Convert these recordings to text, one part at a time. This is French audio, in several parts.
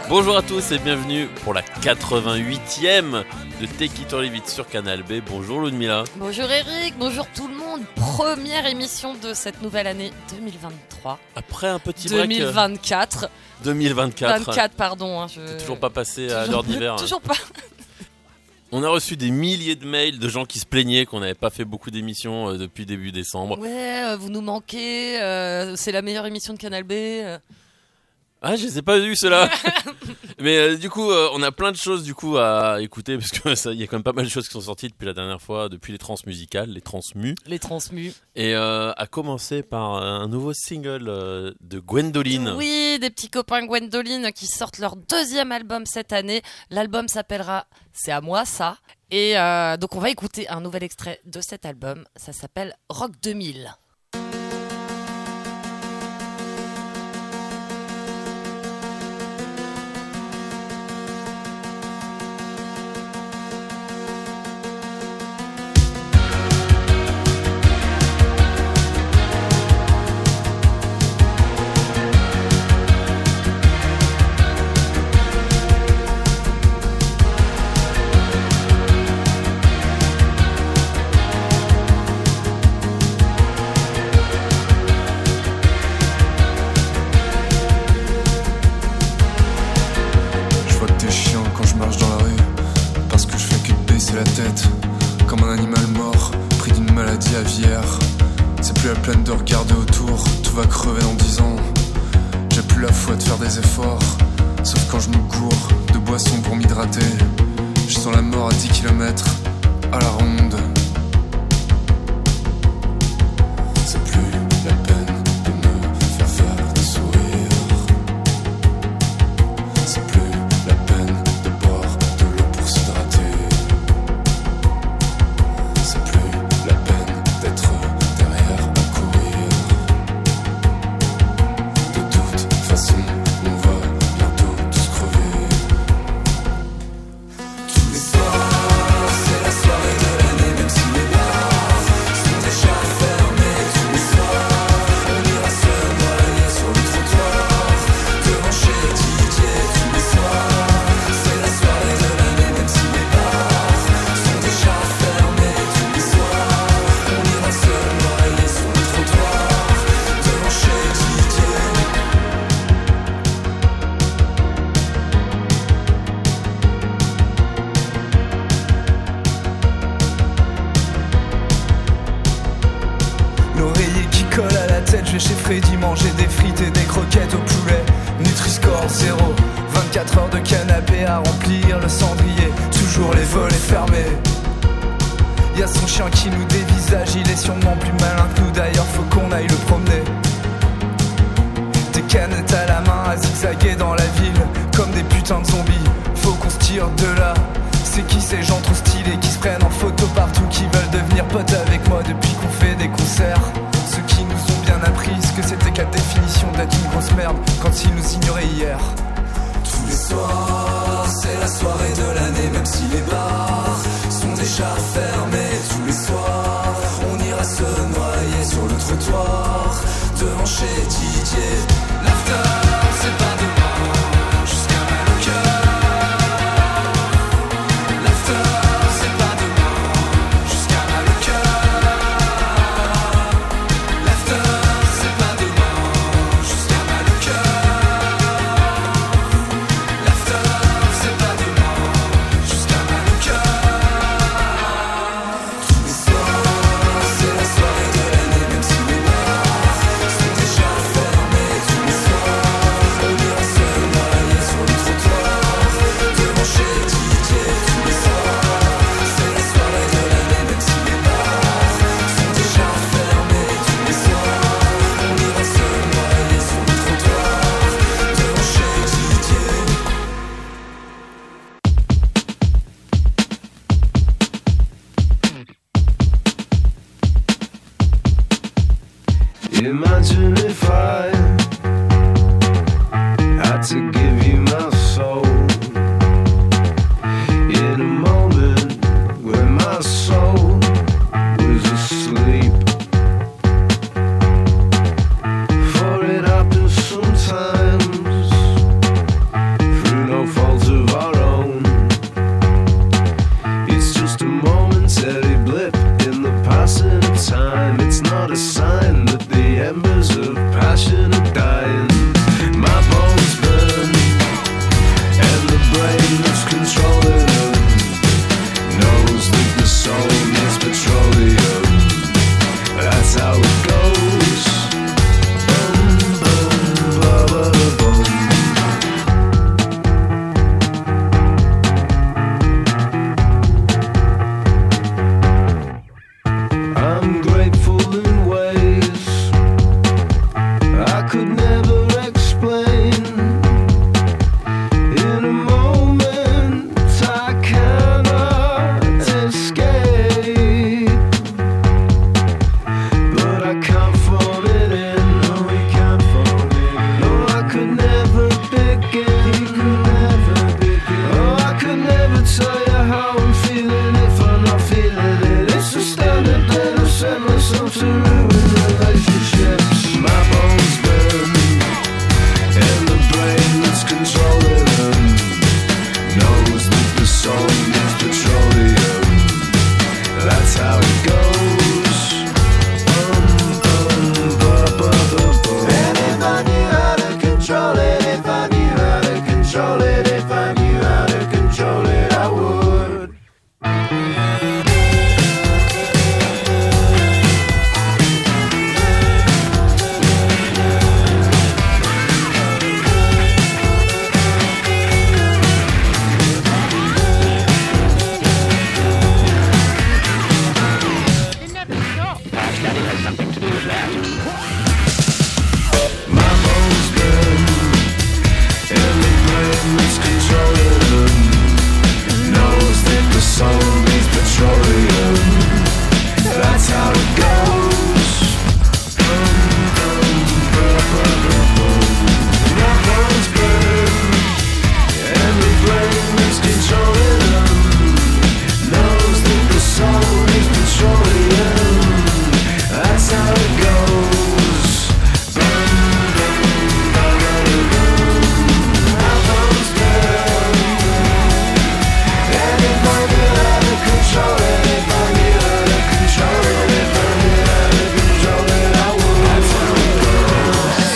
Bonjour à tous et bienvenue pour la 88e de Take It or Leave It sur Canal B. Bonjour Ludmilla. Bonjour Eric, bonjour tout le monde. Première émission de cette nouvelle année 2023. Après un petit break. 2024. 24, pardon. T'es toujours pas passé à l'heure d'hiver. Toujours pas. On a reçu des milliers de mails de gens qui se plaignaient qu'on n'avait pas fait beaucoup d'émissions depuis début décembre. Ouais, vous nous manquez, c'est la meilleure émission de Canal B. Ah, je les ai pas vus ceux-là. Mais du coup, on a plein de choses du coup à écouter parce que ça, y a quand même pas mal de choses qui sont sorties depuis la dernière fois, depuis les transmusicales, les transmus. Les transmus. Et à commencer par un nouveau single de Gwendoline. Oui, des petits copains Gwendoline qui sortent leur deuxième album cette année. L'album s'appellera C'est à moi ça. Et donc on va écouter un nouvel extrait de cet album. Ça s'appelle Rock 2000. La tête, comme un animal mort, pris d'une maladie aviaire. C'est plus la peine de regarder autour, tout va crever dans 10 ans. J'ai plus la foi de faire des efforts, sauf quand je me gourre de boissons pour m'hydrater. Je sens la mort à 10 km, à la ronde. C'est plus la peine de me faire des sourires. C'est plus la peine de boire de l'eau pour s'hydrater. Chez Freddy, manger des frites et des croquettes au poulet. Nutri-Score 0, 24 heures de canapé à remplir le cendrier. Toujours les volets fermés. Y'a son chien qui nous dévisage, il est sûrement plus malin que nous. D'ailleurs faut qu'on aille le promener. Des canettes à la main à zigzaguer dans la ville comme des putains de zombies. Faut qu'on se tire de là. C'est qui ces gens trop stylés qui se prennent en photo partout, qui veulent devenir potes avec moi depuis qu'on fait des concerts. Ceux qui nous ont bien appris ce que c'était qu'à définition d'être une grosse merde quand ils nous ignoraient hier. Tous les soirs, c'est la soirée de l'année, même si les bars sont déjà fermés. Tous les soirs, on ira se noyer sur le trottoir devant chez Didier. L'after, c'est pas demain, jusqu'à mal au cœur. Imagine if I had to give you my soul in a moment when my soul was asleep. For it happens sometimes through embers of passion are dying. My bones burn, and the brain that's controlling them knows that the soul needs petroleum. That's how it goes. Boom, boom, ba, ba, boom. I'm grateful in ways I could never explain. In a moment I cannot escape, but I can't fall it in. No, we can't fall it in. No, I could never begin. He could never begin. Oh, I could never tell you how I'm feeling if I'm not feeling it. It's a standard that I've set myself to ruin relationships. My bones burn, and the brain that's controlling them knows that the soul needs petroleum. That's how it goes. And if I knew how to control it, if I knew how to control it, if I knew how to control it, I would. My bones burn, and the brain that's controlling them knows that the soul needs petroleum. That's how it goes. My bones burn, and the brain that's controlling them knows that the soul needs petroleum. That's how it goes. My bones burn, and if I knew how to control it, if I knew how to control it, if I knew how to control it, I would. That's how it goes.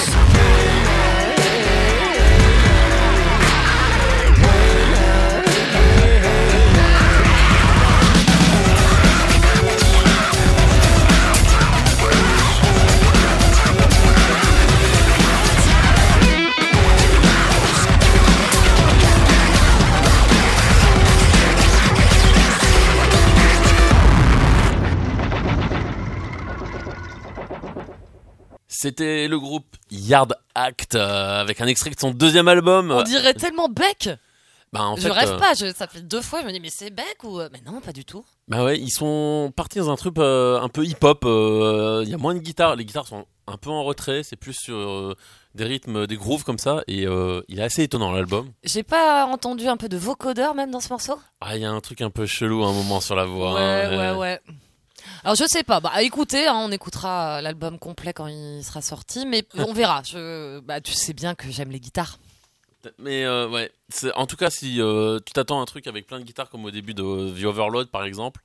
C'était le groupe Yard Act avec un extrait de son deuxième album. On dirait tellement Beck. Bah, en Je fait, rêve pas, ça fait 2 fois, je me dis mais c'est Beck ou... Mais non, pas du tout. Bah ouais, ils sont partis dans un truc un peu hip-hop. Il y a moins de guitares, les guitares sont un peu en retrait, c'est plus sur des rythmes, des grooves comme ça. Et il est assez étonnant l'album. J'ai pas entendu un peu de vocodeur même dans ce morceau? Ah, il y a un truc un peu chelou à un moment sur la voix. Ouais. Alors je sais pas, écoutez, on écoutera l'album complet quand il sera sorti, mais on verra. Tu sais bien que j'aime les guitares. Mais ouais, en tout cas, si tu t'attends à un truc avec plein de guitares comme au début de The Overload par exemple,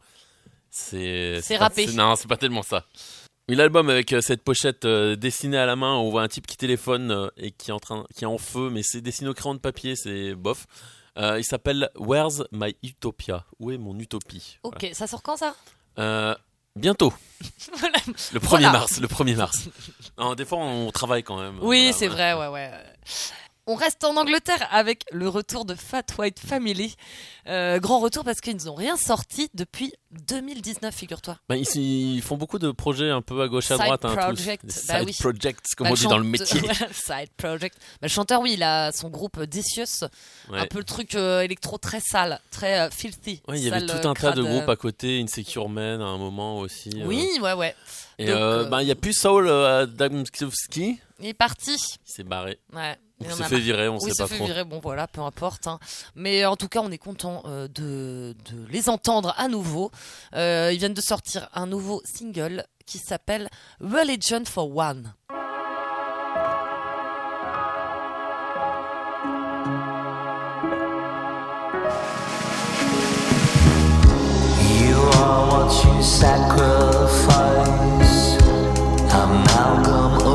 c'est râpé. Non, c'est pas tellement ça. Oui, l'album avec cette pochette dessinée à la main, on voit un type qui téléphone et qui est en feu, mais c'est dessiné au crayon de papier, c'est bof. Il s'appelle Where's My Utopia? Où est mon utopie? Ok, voilà. Ça sort quand ça? Bientôt. Voilà. Le 1er mars. Non, des fois, on travaille quand même. Oui, voilà, c'est vrai, ouais. On reste en Angleterre avec le retour de Fat White Family. Grand retour parce qu'ils n'ont rien sorti depuis 2019, figure-toi. Bah, ils font beaucoup de projets un peu à gauche à droite. Side projects, comme on dit dans le métier. Side project. Le chanteur, oui, il a son groupe Decious. Ouais. Un peu le truc électro très sale, très filthy. Ouais, il y avait tout un tas de groupes à côté, Insecure Men à un moment aussi. Oui, ouais. Et il n'y a plus Saul Adamski. Il est parti. Il s'est barré. Ouais. Il s'est fait virer, on sait pas trop. Il s'est fait virer, bon voilà, peu importe. Hein. Mais en tout cas, on est content de les entendre à nouveau. Ils viennent de sortir un nouveau single qui s'appelle Religion for One. You are what you sacrifice. Amalgam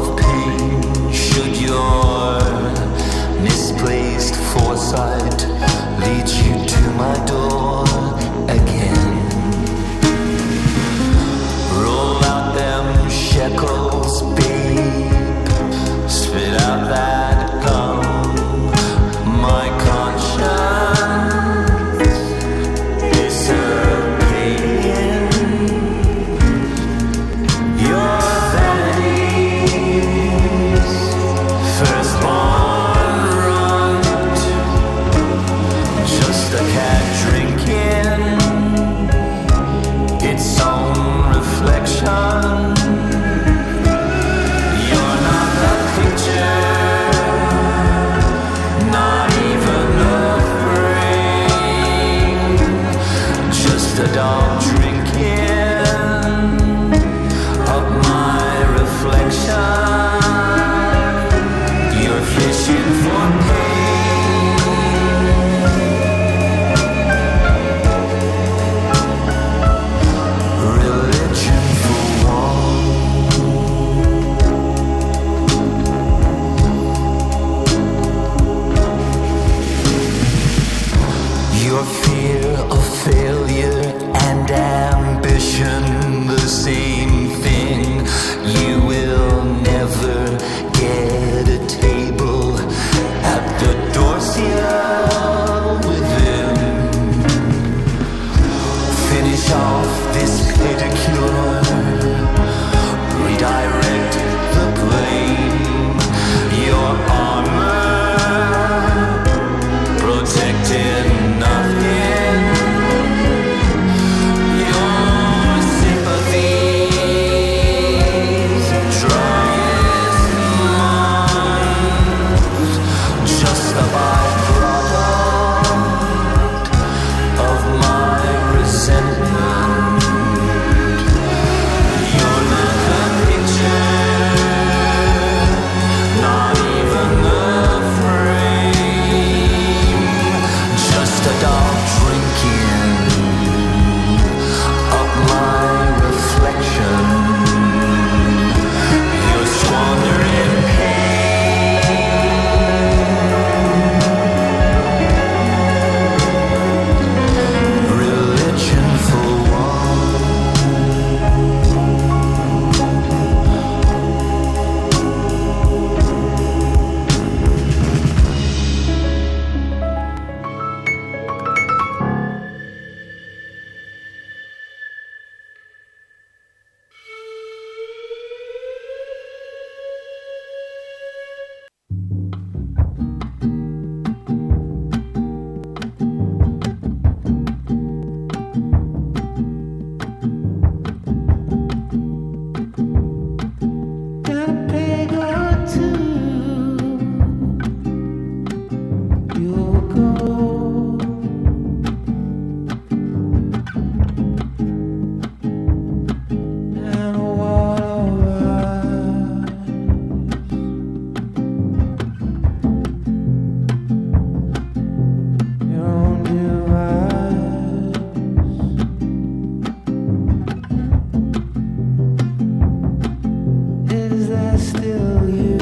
still you.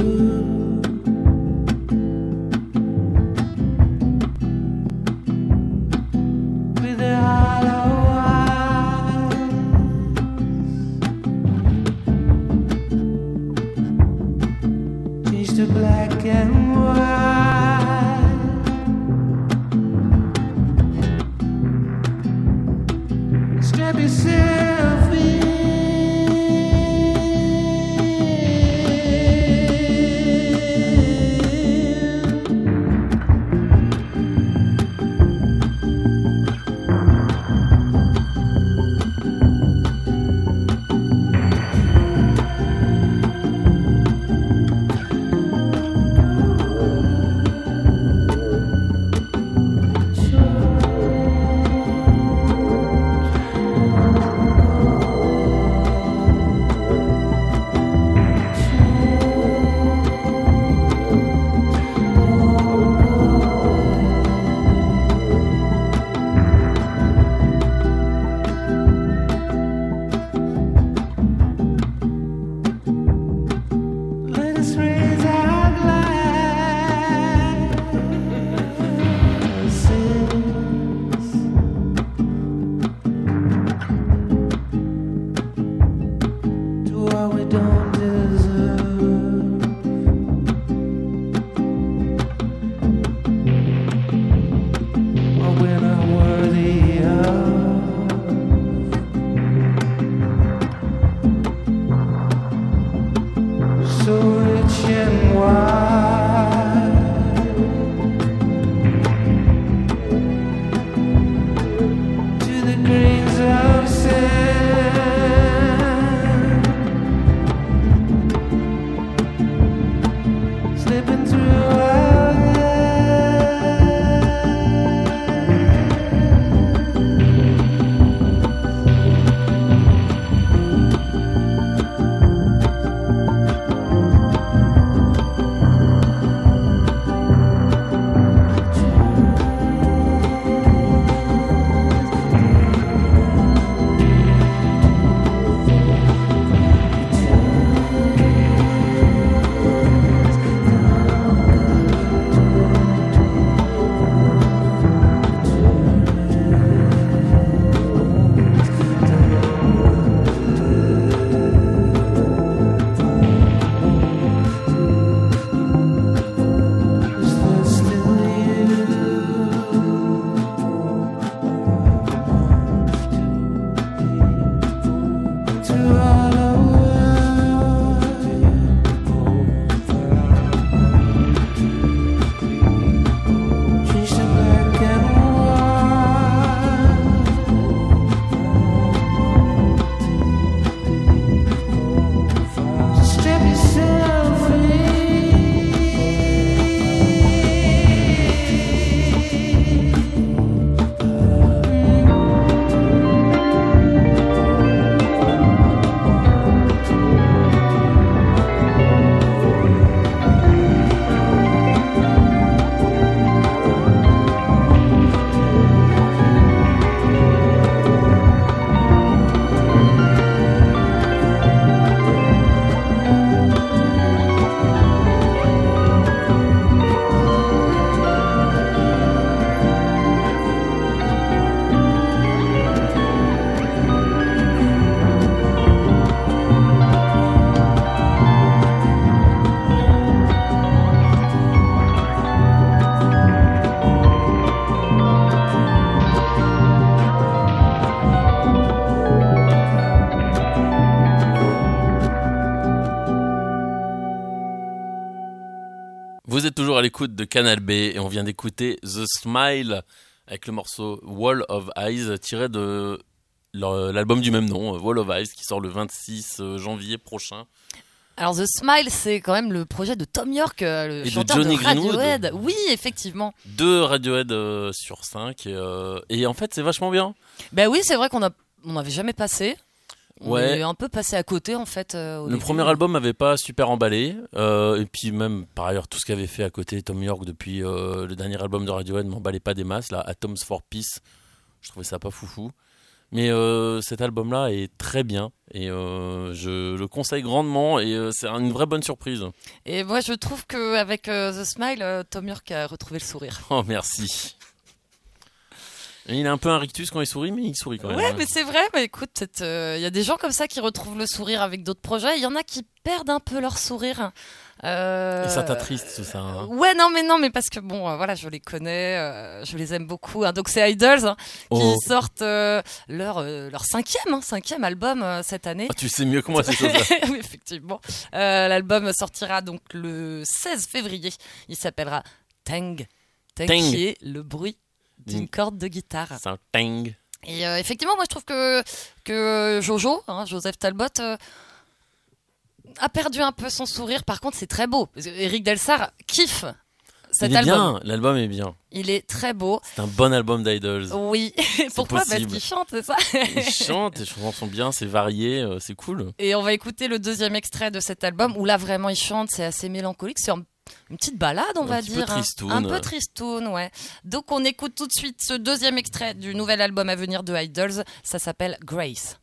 With the hollow eyes, changed to black and white. Strap yourself in. Let us raise our glasses to what we don't deserve. What we're not worthy of. So rich and wide, to the grains of sand, slipping through our Is there still you? Through all the world, changed to black and white. So strap yourself in. Vous êtes toujours à l'écoute de Canal B et on vient d'écouter The Smile avec le morceau Wall of Eyes tiré de l'album du même nom, Wall of Eyes, qui sort le 26 janvier prochain. Alors The Smile, c'est quand même le projet de Tom York, le Et de chanteur Johnny de Radiohead. Greenwood. Oui, effectivement. 2 Radiohead sur 5 et en fait c'est vachement bien. Ben oui, c'est vrai qu'on n'avait jamais passé. On Ouais. est un peu passé à côté en fait. Au Le début. premier album m'avait pas super emballé et puis même par ailleurs tout ce qu'avait fait à côté Tom York depuis le dernier album de Radiohead m'emballait pas des masses. Là, Atoms for Peace, je trouvais ça pas foufou. Mais cet album-là est très bien et je le conseille grandement et c'est une vraie bonne surprise. Et moi, je trouve qu'avec The Smile, Tom York a retrouvé le sourire. Oh, merci. Et il a un peu un rictus quand il sourit, mais il sourit quand même. Ouais, mais c'est vrai. Mais écoute, il y a des gens comme ça qui retrouvent le sourire avec d'autres projets. Il y en a qui perdent un peu leur sourire. Et ça t'attriste tout ça. Hein. Ouais, non, mais parce que bon, voilà, je les connais, je les aime beaucoup. Hein. Donc c'est Idols qui sortent leur cinquième album cette année. Oh, tu sais mieux que moi ces choses-là. Oui, effectivement. L'album sortira donc le 16 février. Il s'appellera Tang, qui est le bruit d'une corde de guitare. C'est un tang. Et effectivement, moi je trouve que Jojo, Joseph Talbot, a perdu un peu son sourire. Par contre, c'est très beau. Eric Delsart kiffe cet album. Bien, l'album est bien. Il est très beau. C'est un bon album d'Idols. Oui. Pourquoi ? Parce qu'il chante, c'est ça ? Il chante, les chansons sont bien, c'est varié, c'est cool. Et on va écouter le deuxième extrait de cet album où là vraiment il chante, c'est assez mélancolique, c'est une petite balade, on va dire. Un peu tristoun. Un peu tristoun, ouais. Donc on écoute tout de suite ce deuxième extrait du nouvel album à venir de Idols. Ça s'appelle Grace.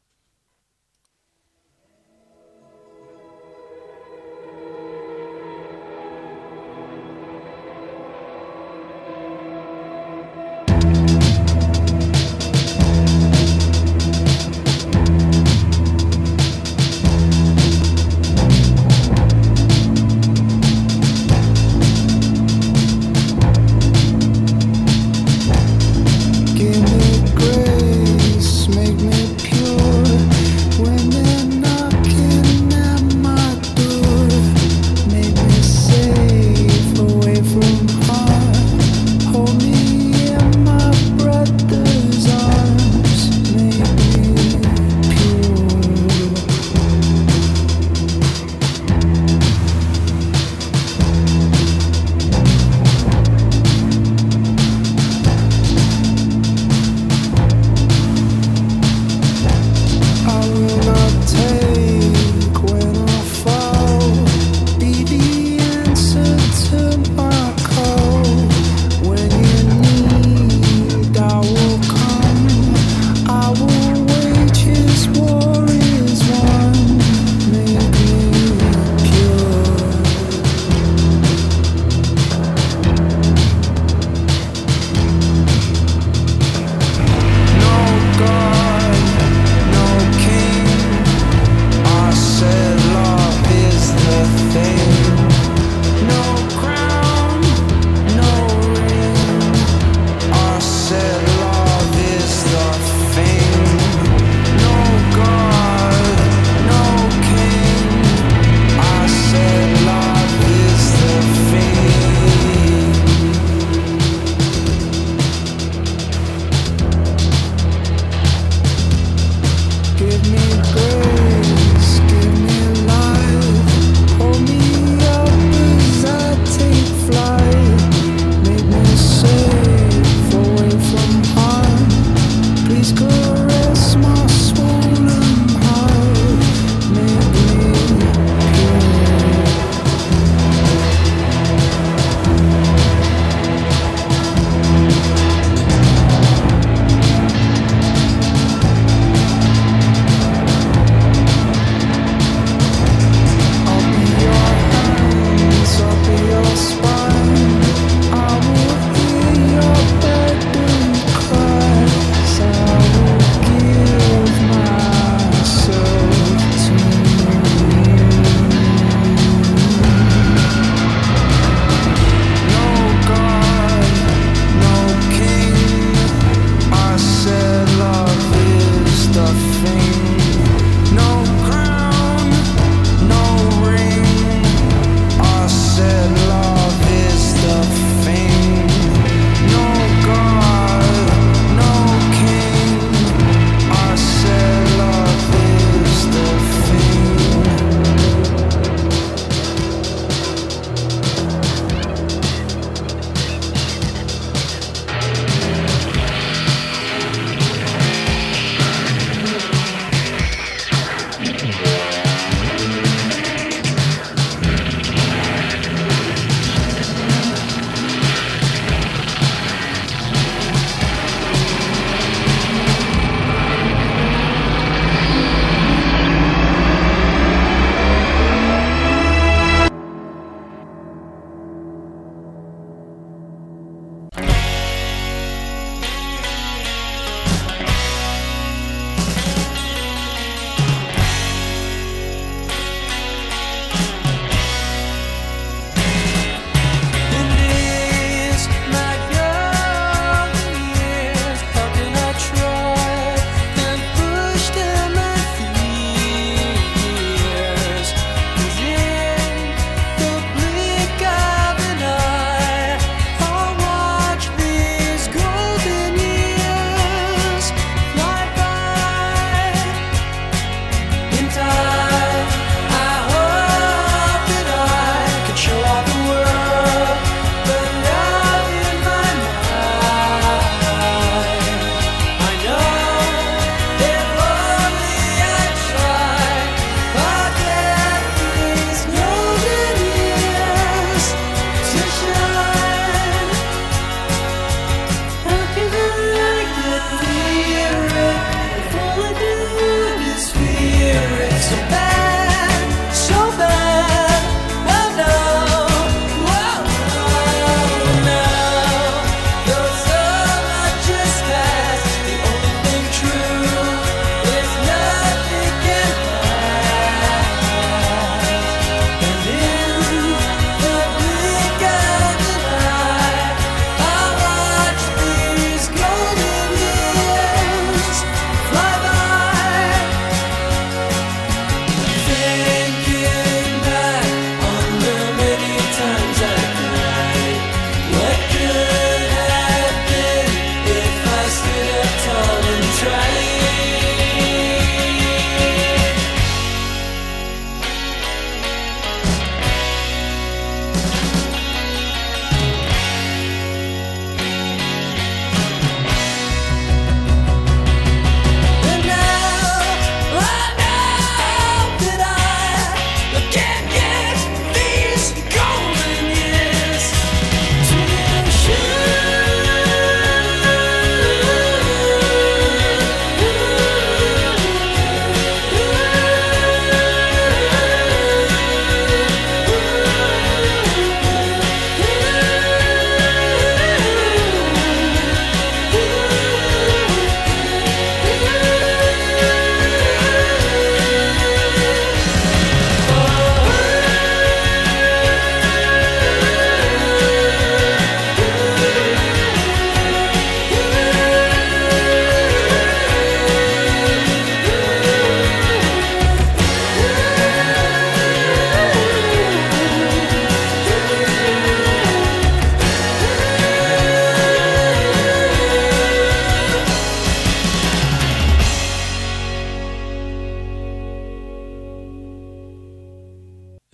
Give me grace, make me pure.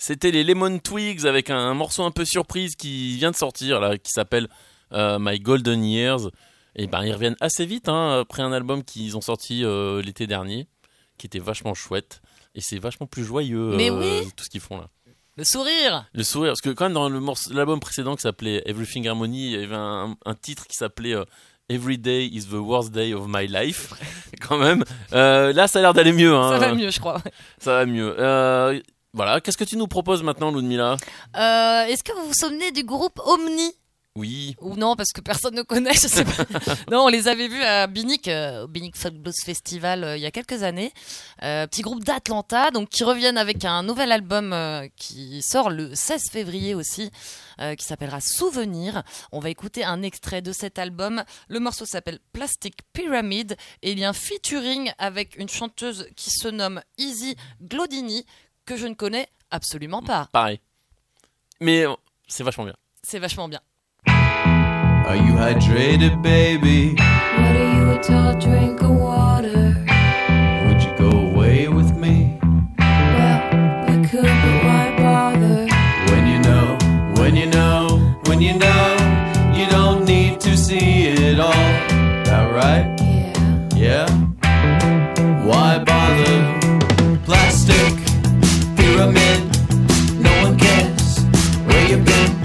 C'était les Lemon Twigs avec un morceau un peu surprise qui vient de sortir là, qui s'appelle My Golden Years. Et ben ils reviennent assez vite après un album qu'ils ont sorti l'été dernier, qui était vachement chouette. Et c'est vachement plus joyeux Mais oui. tout ce qu'ils font là. Le sourire. Le sourire, parce que quand même dans l'album précédent qui s'appelait Everything Harmony, il y avait un titre qui s'appelait Every Day is the Worst Day of My Life. Quand même. Là ça a l'air d'aller mieux. Ça va mieux, je crois. Ça va mieux. Voilà, qu'est-ce que tu nous proposes maintenant, Ludmilla ? Est-ce que vous vous souvenez du groupe Omni ? Oui. Ou non, parce que personne ne connaît, je sais pas. Non, on les avait vus à Binic, au Binic Folk Blues Festival il y a quelques années. Petit groupe d'Atlanta, donc qui reviennent avec un nouvel album qui sort le 16 février aussi, qui s'appellera Souvenir. On va écouter un extrait de cet album. Le morceau s'appelle Plastic Pyramid et il y a un featuring avec une chanteuse qui se nomme Izzy Glodini, que je ne connais absolument pas. Pareil. Mais c'est vachement bien. C'est vachement bien. Are you hydrated, baby? What are you, a tall drink of water? Would you go away with me? Well, we could, but why bother? When you know, when you know, when you know, you don't need to see it all. That right? Yeah. Yeah? Why bother? Plastic pyramid, no one cares where you've been.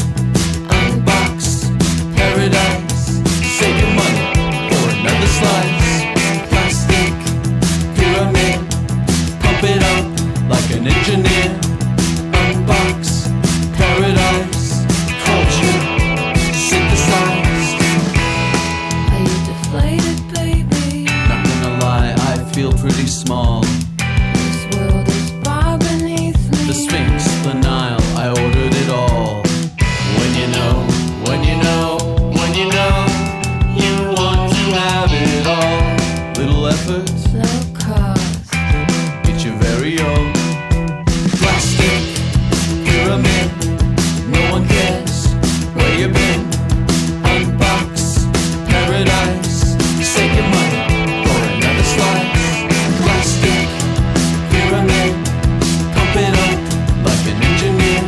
Unbox paradise, save your money for another slice. Plastic pyramid, pump it up like an engineer. Unbox paradise, culture synthesized. Are you deflated, baby? Not gonna lie, I feel pretty small. This world is far beneath me. The Sphinx, the Nile, I ordered it all. When you know, when you know, when you know, you want to have it all. Little effort, No cost. get your very own. Plastic pyramid, no one cares where you've been. Unbox paradise, save your money for another slice. Plastic pyramid, pump it up like an engineer.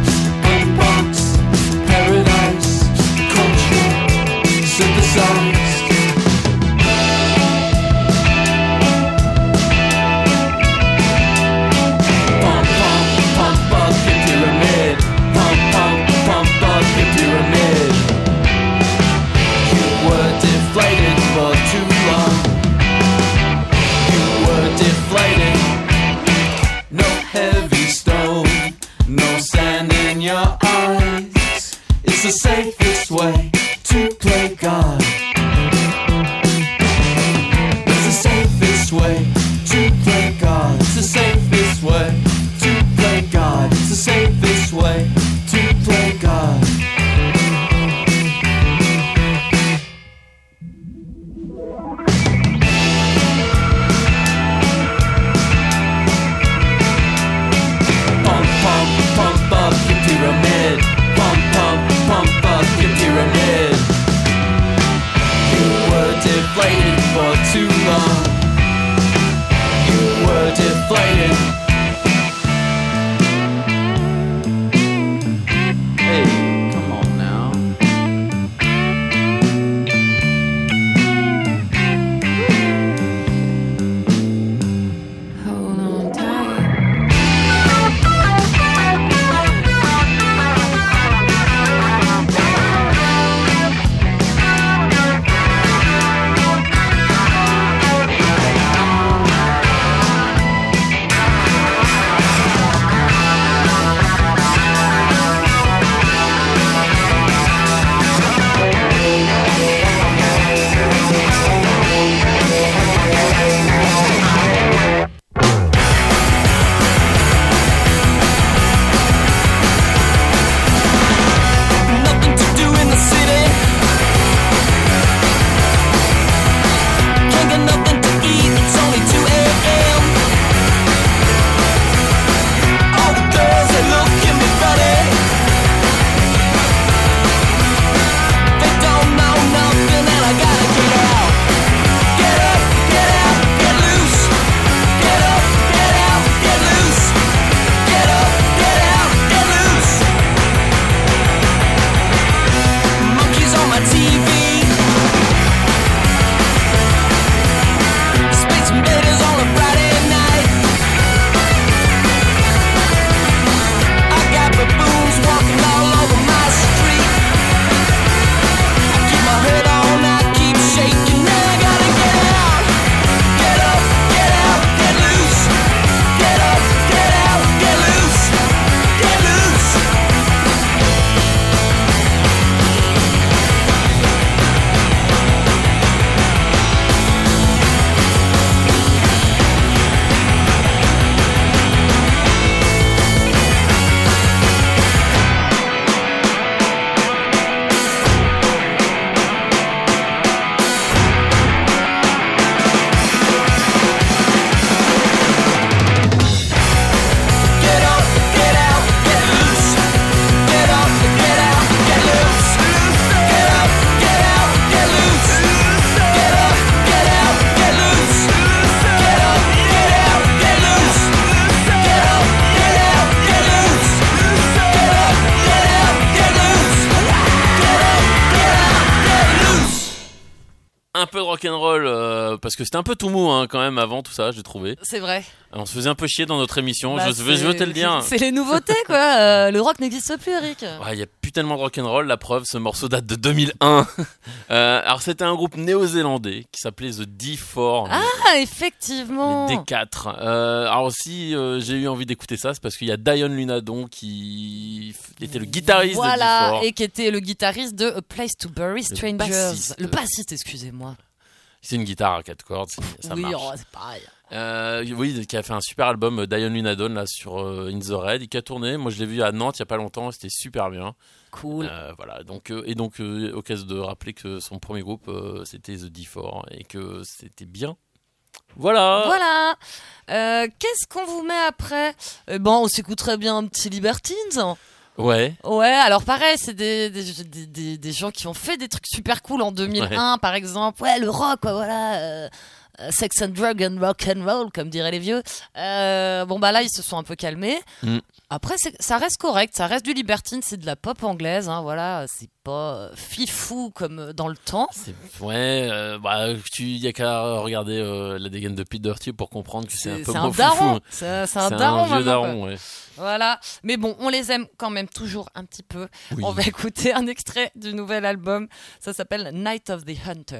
Unbox paradise, culture synthesized. Pump, pump, pump up your pyramid. Pump, pump, pump up your pyramid. You were deflated for too long. You were deflated. No heavy stone, no sand in your eyes. It's the safest way to play God. It's the safest way to play God. It's the safest way to play God. It's the safest way to play God. Pump, pump, pump up your pyramid. Pump, pump, pump up your pyramid. un peu de rock'n'roll parce que c'était un peu tout mou quand même avant tout ça, j'ai trouvé. C'est vrai. On se faisait un peu chier dans notre émission, Bah, je veux te le dire. C'est les nouveautés, quoi. Le rock n'existe plus, Eric. Ouais, il y a plus tellement de rock'n'roll, la preuve, ce morceau date de 2001. Alors c'était un groupe néo-zélandais qui s'appelait The D4. Ah, effectivement. Les D4. Alors si j'ai eu envie d'écouter ça, c'est parce qu'il y a Dion Lunadon qui était le guitariste de D4. Et qui était le guitariste de A Place to Bury Strangers. bassiste. Le bassiste, excusez-moi. C'est une guitare à 4 cordes, ça oui, marche. c'est pareil. Oui, qui a fait un super album, Dion Lunadon, là, sur In the Red, et qui a tourné. Moi, je l'ai vu à Nantes il y a pas longtemps, c'était super bien. Cool. Voilà, donc occasion de rappeler que son premier groupe, c'était The D4, et que c'était bien. Voilà. Qu'est-ce qu'on vous met après ? On s'écouterait bien un petit Libertines. Ouais, alors pareil, c'est des gens qui ont fait des trucs super cool en 2001, par exemple. Ouais, le rock, quoi, voilà. Sex and drug and rock and roll, comme diraient les vieux. Là, ils se sont un peu calmés. Après, ça reste correct, ça reste du Libertine, c'est de la pop anglaise, voilà. C'est pas fifou comme dans le temps. Il y a qu'à regarder la dégaine de Pete Doherty pour comprendre que c'est un peu un fou. daron. C'est un daron, un vieux maintenant, daron, quoi. ouais. Voilà, mais bon, on les aime quand même toujours un petit peu. Oui. On va écouter un extrait du nouvel album. Ça s'appelle Night of the Hunter.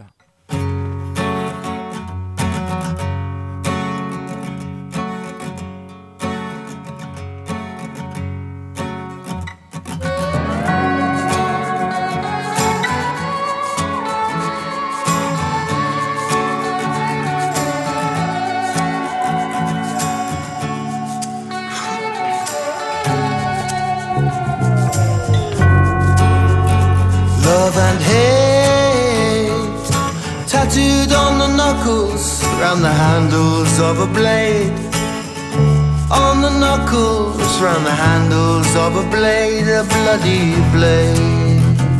Love and hate tattooed on the knuckles, round the handles of a blade. On the knuckles, round the handles of a blade, a bloody blade.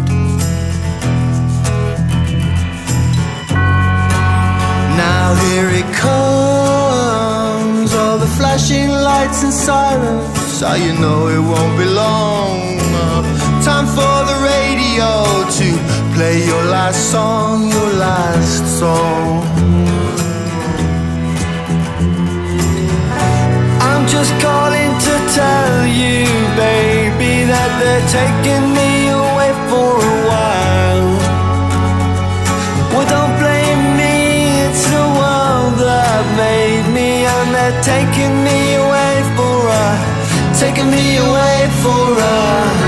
Now here it comes, all the flashing lights and sirens. So you know it won't be long. Time for the radio to play your last song, your last song. I'm just calling to tell you, baby, that they're taking me away for a while. Well, don't blame me, it's the world that made me, and they're taking me away for a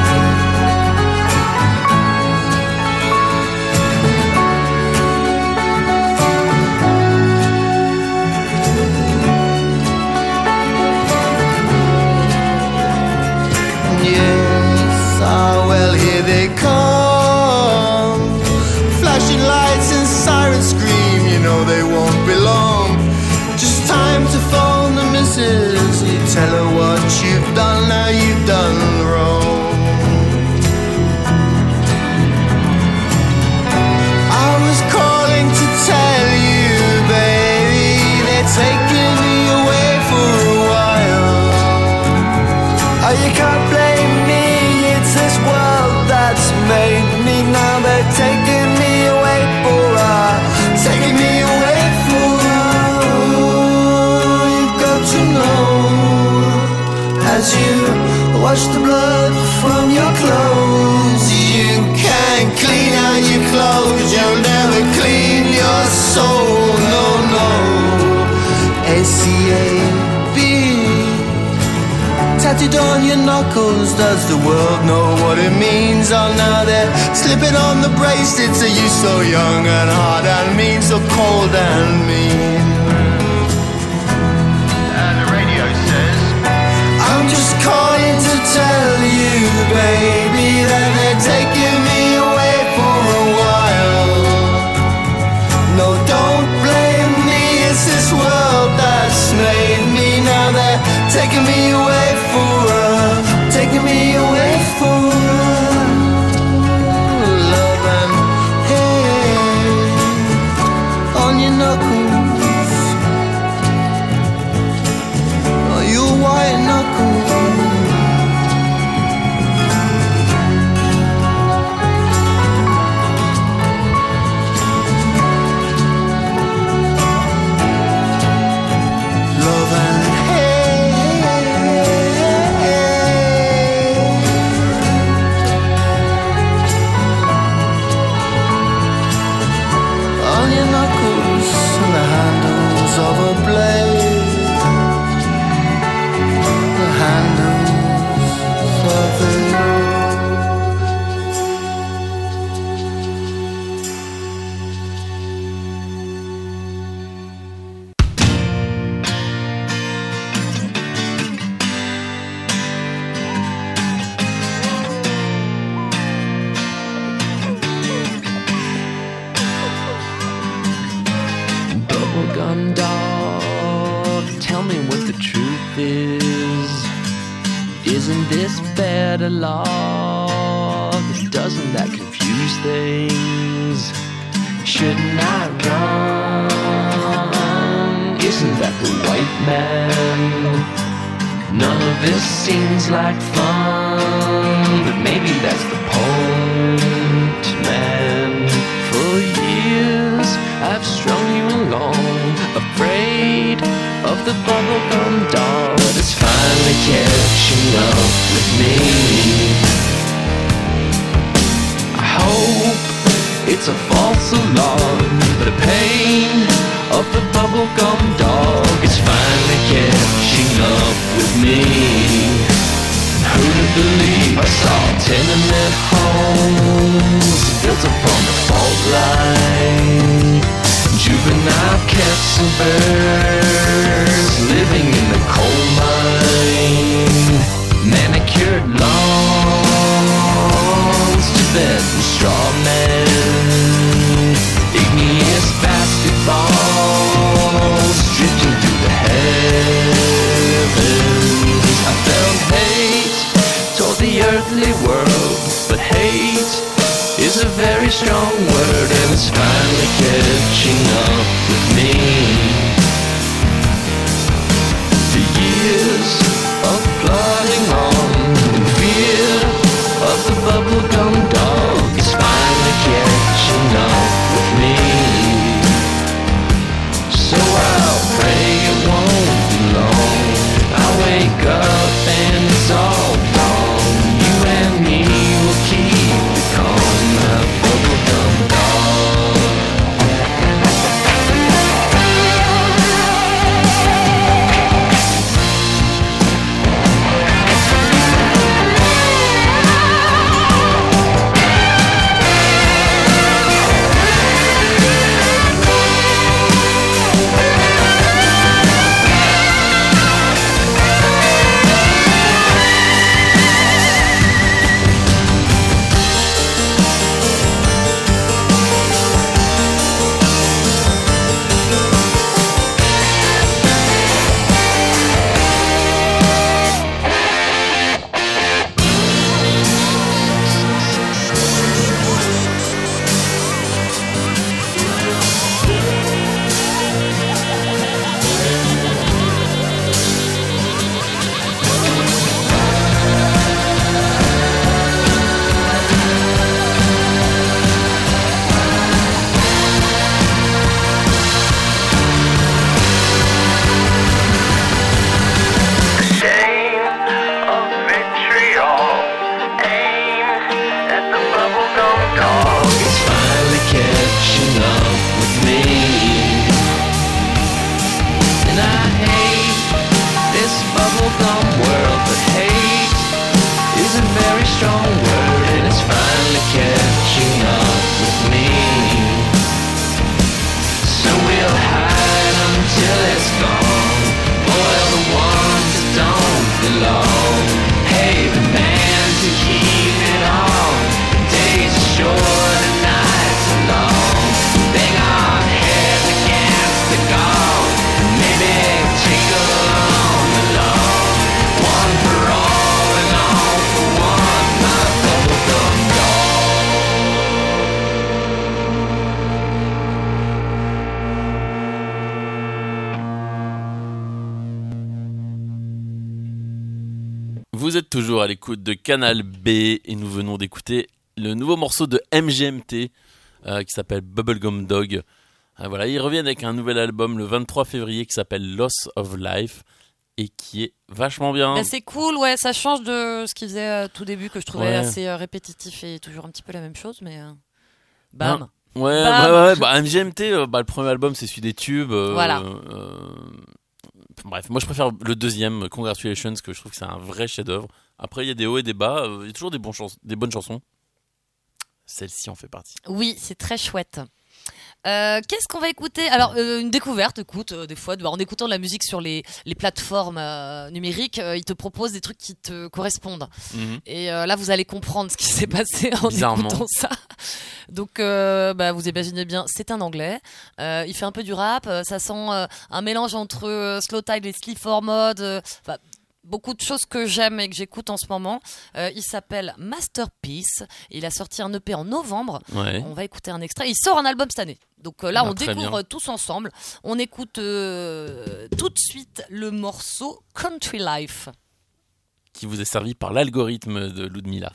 they come, flashing lights and sirens scream, you know they won't be long. Just time to phone the missus, you tell her what you've done, now you've done wrong. I was calling to tell you, baby, they're taking me away for a while. Oh, you can't blame me, it's this world that's made me. Now they're taking me away for taking me away for you've got to know, as you wash the blood from your clothes, you can't clean out your clothes, you'll never clean your soul. No, no. S-C-A-B tattooed on your knuckles, does the world know what it means? Oh, now they're slipping on the bracelets. Are you so young and hard and mean, so cold and mean? And the radio says, I'm just calling to tell you, baby, that they're taking me away for a while. No, don't blame me, it's this world that's made me. Now they're taking me away taking me away for love and hate on your knuckles, a log? Doesn't that confuse things? Shouldn't I run? Isn't that the white man? None of this seems like fun, but maybe that's the point, man. For years I've strung you along, afraid of the bubblegum doll that's finally catching up with me. I hope it's a false alarm, but the pain of the bubblegum dog is finally catching up with me. Who'd have believed I saw tenement homes built upon the fault line, juvenile cats and birds living in the coal mine, manicured lawns to bed and straw men, igneous basketballs drifting through the heavens. I felt hate toward the earthly world, but hate is a very strong word, and it's finally catching up with me. The years of plodding on in fear of the bubblegum dog is finally catching up with me. So I'll pray it won't be long. I'll wake up and it's all gone. You and me will keep it calm, my bubblegum dog. Vous êtes toujours à l'écoute de Canal B et nous venons d'écouter le nouveau morceau de MGMT qui s'appelle Bubblegum Dog. Voilà, ils reviennent avec un nouvel album le 23 février qui s'appelle Loss of Life et qui est vachement bien. Bah, c'est cool, ouais, ça change de ce qu'ils faisaient tout début que je trouvais Ouais. assez répétitif et toujours un petit peu la même chose, mais bam. Ouais, Bam. bah, MGMT, le premier album c'est celui des tubes. Voilà. Bref, moi je préfère le deuxième, Congratulations, que je trouve que c'est un vrai chef-d'œuvre. Après, il y a des hauts et des bas, il y a toujours des bonnes chansons. Celle-ci en fait partie. Oui, c'est très chouette. Qu'est-ce qu'on va écouter ? Alors, une découverte, écoute, des fois, en écoutant de la musique sur les plateformes numériques, ils te proposent des trucs qui te correspondent. Mhm. Et là, vous allez comprendre ce qui s'est passé en Bizarrement. écoutant ça. Donc, vous imaginez bien, c'est un anglais. Il fait un peu du rap. Ça sent un mélange entre Slow Tide et Sleep for Mode. beaucoup de choses que j'aime et que j'écoute en ce moment. Il s'appelle Masterpiece. Il a sorti un EP en novembre. Ouais. On va écouter un extrait. Il sort un album cette année. Donc là, Ah, on très découvre bien. tous ensemble. On écoute tout de suite le morceau Country Life. Qui vous est servi par l'algorithme de Ludmilla.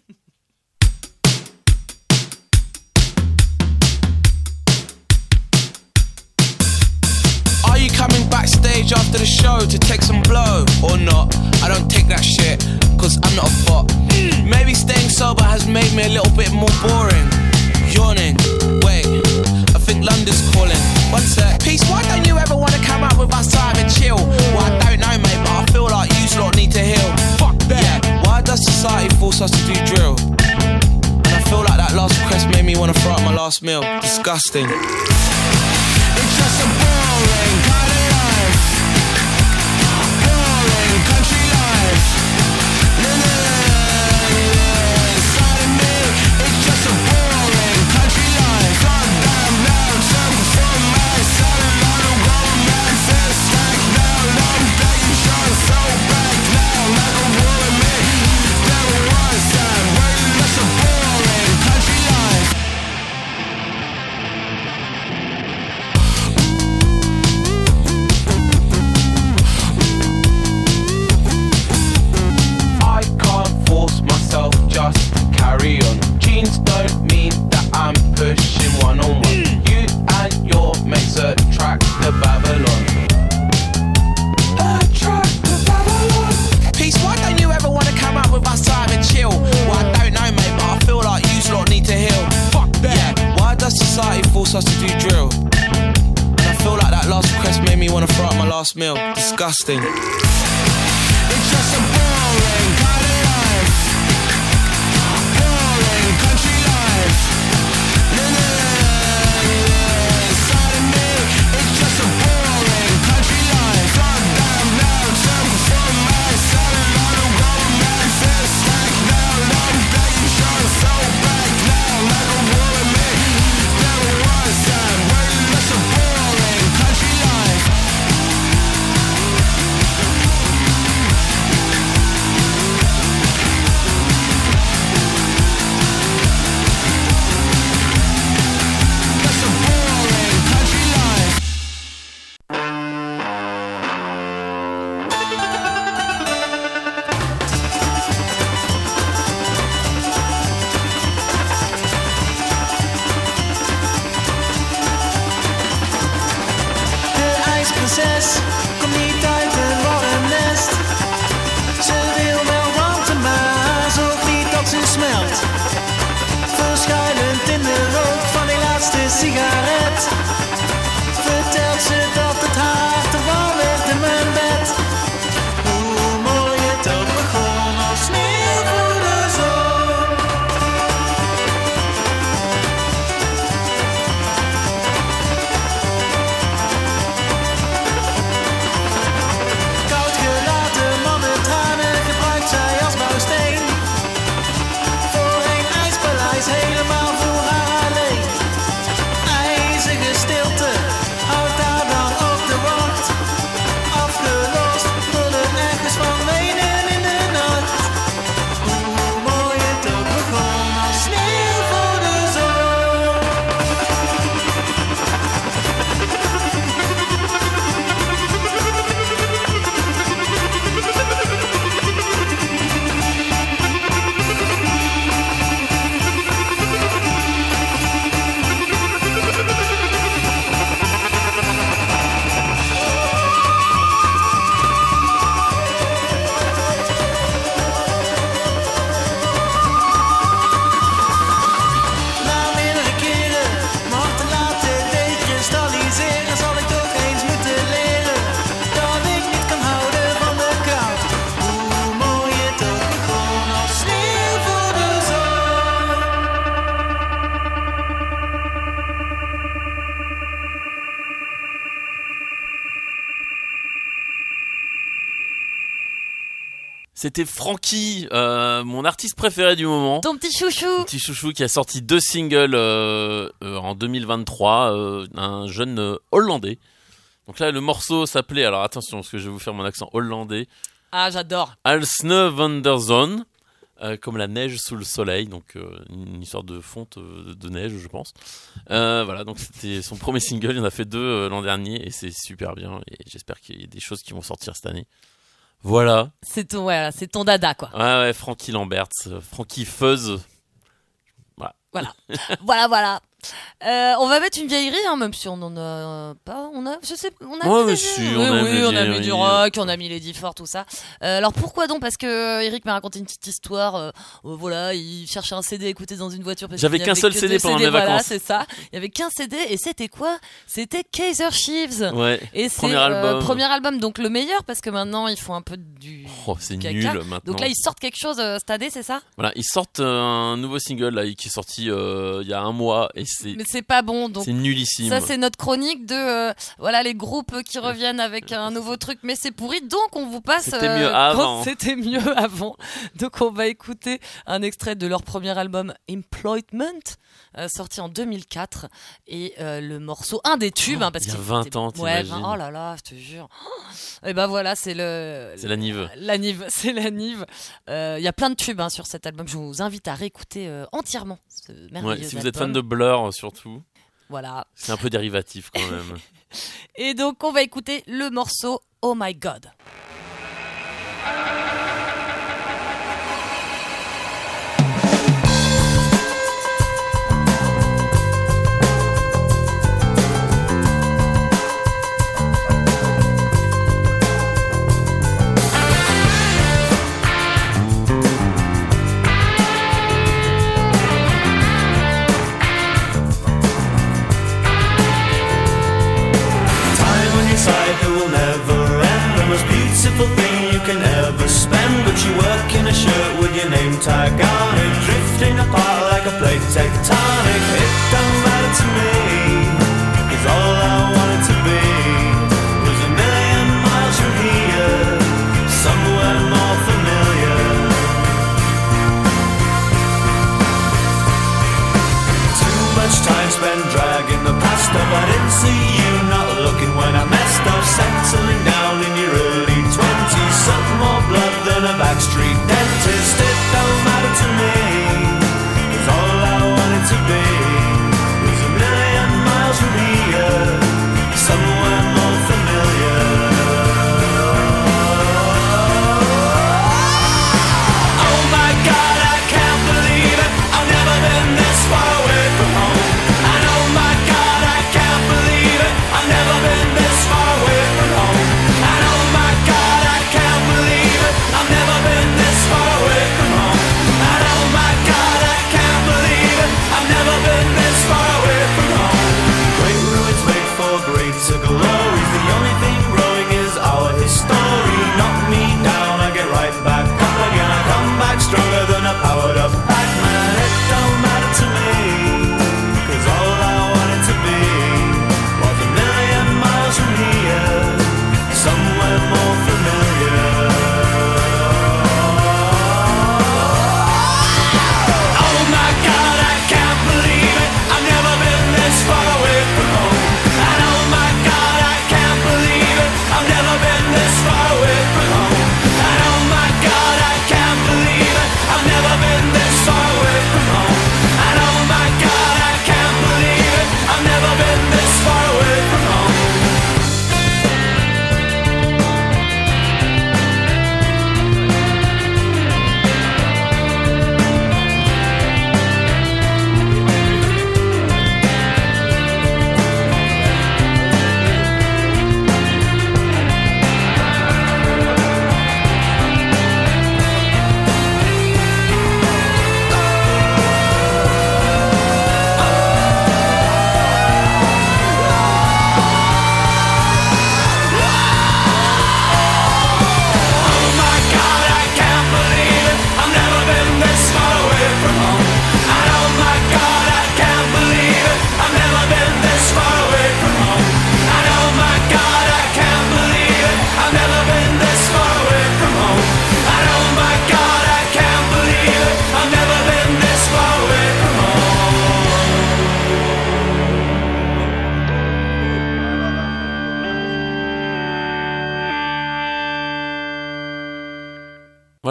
Are you coming backstage after the show to take some blow or not? I don't take that shit, cause I'm not a bot. Maybe staying sober has made me a little bit more boring. Yawning, wait, I think London's calling. One sec, Peace, why don't you ever wanna come out with us and chill? Well, I don't know, mate, but I feel like you lot need to heal. Fuck that. Yeah, why does society force us to do drill? And I feel like that last request made me wanna throw up my last meal. Disgusting. It's just a boring kind of life. Boring country life. Inside of me, it's just a boring country life. Goddamn loud, circle from my side. I don't go mad, feel stack now. Long day, you shine so back now. Like a war in me. Never was time. Waiting, that's a boring country life. I can't force myself, just carry on. Jeans don't mean that I'm pushing one-on-one. You and your mates attract the Babylon. Attract the Babylon. Peace, why don't you ever want to come out with us time and chill? Well, I don't know, mate, but I feel like you lot need to heal. Fuck that. Yeah, why does society force us to do drill? And I feel like that last request made me want to throw up my last meal. Disgusting. It's just a boring kind of life. Boring country life. Inside of me, it's just a boring country life. Goddamn loud, circle from my side. I don't go mad, feel stack now. Long day, you shine so back now. Like a war in me. Never was time. Waiting, that's a boring country life. That's a boring country life. De ijsprinses komt niet uit een warm nest. Ze wil wel warmte, maar zorgt niet dat ze smelt. Verschuilend in de rook van die laatste sigaret, vertelt ze dat het haar te warm werd in mijn bed. Hoe mooi het ook begon als sneeuw voor de zon. Koud gelaten mannen tranen gebruikt zij als bouwsteen. Voor een ijspaleis helemaal voor haar alleen. IJzige stilte houdt daar dan op de wacht. Afgelost door ergens van wenen in de nacht. Hoe mooi het ook begon als sneeuw voor de zon. Na meerdere keren mijn hart te laten dekristalliseren, zal ik toch eens moeten leren dat ik niet kan houden van de kou. Hoe mooi het ook begon als sneeuw voor de zon. C'était Frankie, mon artiste préféré du moment. Ton petit chouchou. Petit chouchou qui a sorti 2 singles en 2023, un jeune hollandais. Donc là, le morceau s'appelait, alors attention, parce que je vais vous faire mon accent hollandais, Ah, j'adore. Al Snö Wanderzone, comme la neige sous le soleil, donc une histoire de fonte de neige, je pense. Voilà, donc c'était son premier single, il en a fait 2 l'an dernier, et c'est super bien, et j'espère qu'il y a des choses qui vont sortir cette année. Voilà. C'est ton dada, quoi. Ouais, Frankie Lamberts, Frankie Fuzz. Voilà. On va mettre une vieillerie, hein, même si on en a pas. On a Ouais, mis mais des- si, oui, on a mis on a mis vieillerie. du rock, on a mis Lady Fort, tout ça. Alors pourquoi donc? Parce que Eric m'a raconté une petite histoire. Voilà, il cherchait un CD à écouter dans une voiture. Parce J'avais qu'il y qu'un avait seul que CD 2 pendant CD, mes voilà, vacances. c'est ça. Il y avait qu'un CD et c'était quoi? C'était Kaiser Chiefs. Ouais, Et c'est premier album. premier album, donc le meilleur parce que maintenant ils font un peu du. Oh, c'est caca. nul maintenant. Donc là ils sortent quelque chose cette année, c'est ça? Voilà, ils sortent un nouveau single là, qui est sorti il y a un mois, et Mais c'est pas bon, donc. c'est nullissime. Ça, c'est notre chronique de voilà les groupes qui reviennent avec un nouveau truc, mais c'est pourri. Donc, on vous passe. C'était mieux avant. quand c'était mieux avant. Donc, on va écouter un extrait de leur premier album Employment, sorti en 2004. Et le morceau, un des tubes, parce il y a qu'il 20 était- ans, Ouais, t'imagines. oh là là, je te jure. Et ben voilà, c'est le. C'est la Nive. La Nive, c'est la Nive. Il y a plein de tubes sur cet album. Je vous invite à réécouter entièrement ce merveilleux Ouais, si vous êtes fan album. de Blur surtout, Voilà. c'est un peu dérivatif quand même. Et donc, on va écouter le morceau Oh My God. Time on your side that will never end. The most beautiful thing you can ever spend. But you work in a shirt with your name tag on it, drifting apart like a plate tectonic. It don't matter to me, 'cause all I wanted to be was a million miles from here, somewhere more familiar. Too much time spent dragging the past up. I didn't see you not looking when I messed up. Settling down in your early 20s, something more blood than a backstreet dentist. It don't matter to me, 'cause all I wanted to be was a million miles from here, somewhere more familiar. Oh my God, I can't believe it. I've never been this far away from home. And oh my God, I can't believe it. I've never been this far away from home. And oh my God, I can't believe it. I've never been this far away from home. And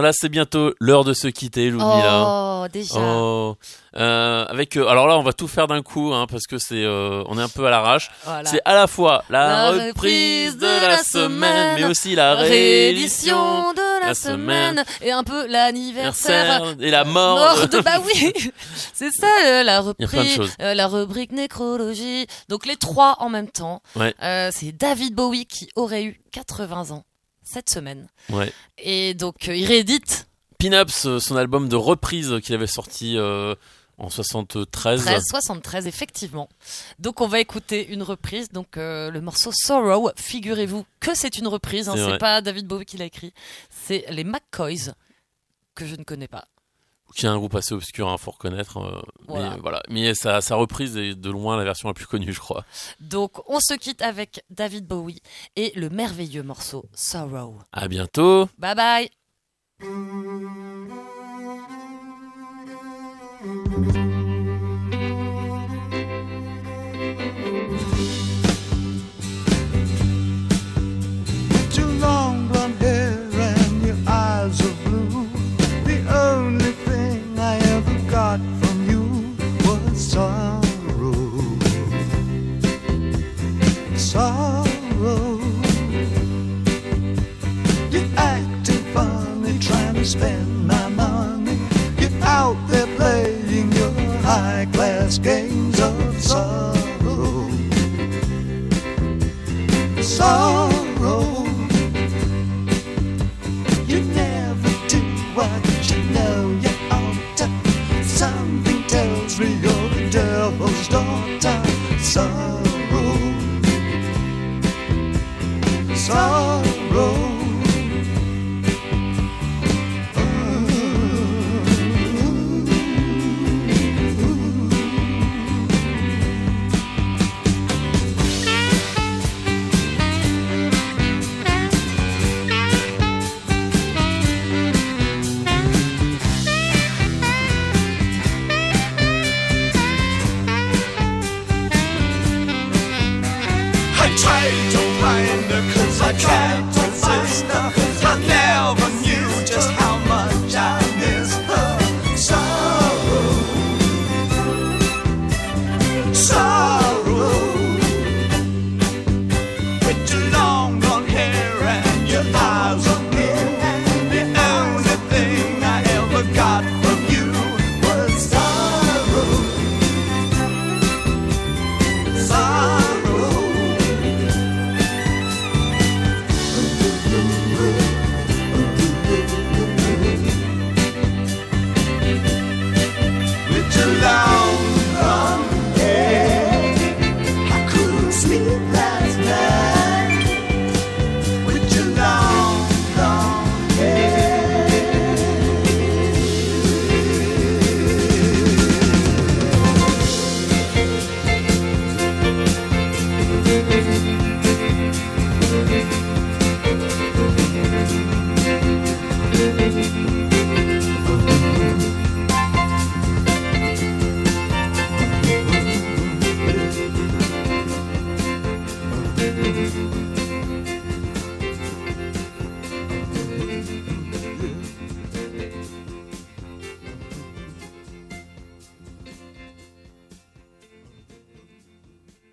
Voilà, c'est bientôt l'heure de se quitter, Louis, là. Oh, déjà. Oh. Alors là, on va tout faire d'un coup, hein, parce que on est un peu à l'arrache. Voilà. C'est à la fois la reprise de la semaine, mais aussi la réédition de la semaine et un peu l'anniversaire et la mort. Bah oui, c'est ça la Il y a plein de reprise, choses. la rubrique nécrologie. Donc les trois en même temps. Ouais. C'est David Bowie qui aurait eu 80 ans cette semaine. Ouais. Et donc il réédite Pin-Ups, son album de reprise qu'il avait sorti en 73. 73 effectivement. Donc on va écouter une reprise, donc le morceau Sorrow. Figurez-vous que c'est une reprise, hein, C'est c'est vrai. pas David Bowie qui l'a écrit, c'est les McCoys que je ne connais pas. Qui est un groupe assez obscur, hein, faut reconnaître. Voilà. Mais voilà. Mais sa reprise est de loin la version la plus connue, je crois. Donc on se quitte avec David Bowie et le merveilleux morceau Sorrow. À bientôt. Bye bye. Too long blonde hair and your eyes are blue. The only thing I ever got from you was sorrow. Sorrow. You're acting funny, trying to spend my money. You're out there playing your high-class games of sorrow. Sorrow. You never do what you know you ought to. Something tells me you're the devil's daughter. Sorrow. Sorrow. I tried to find her 'cause I can't resist her.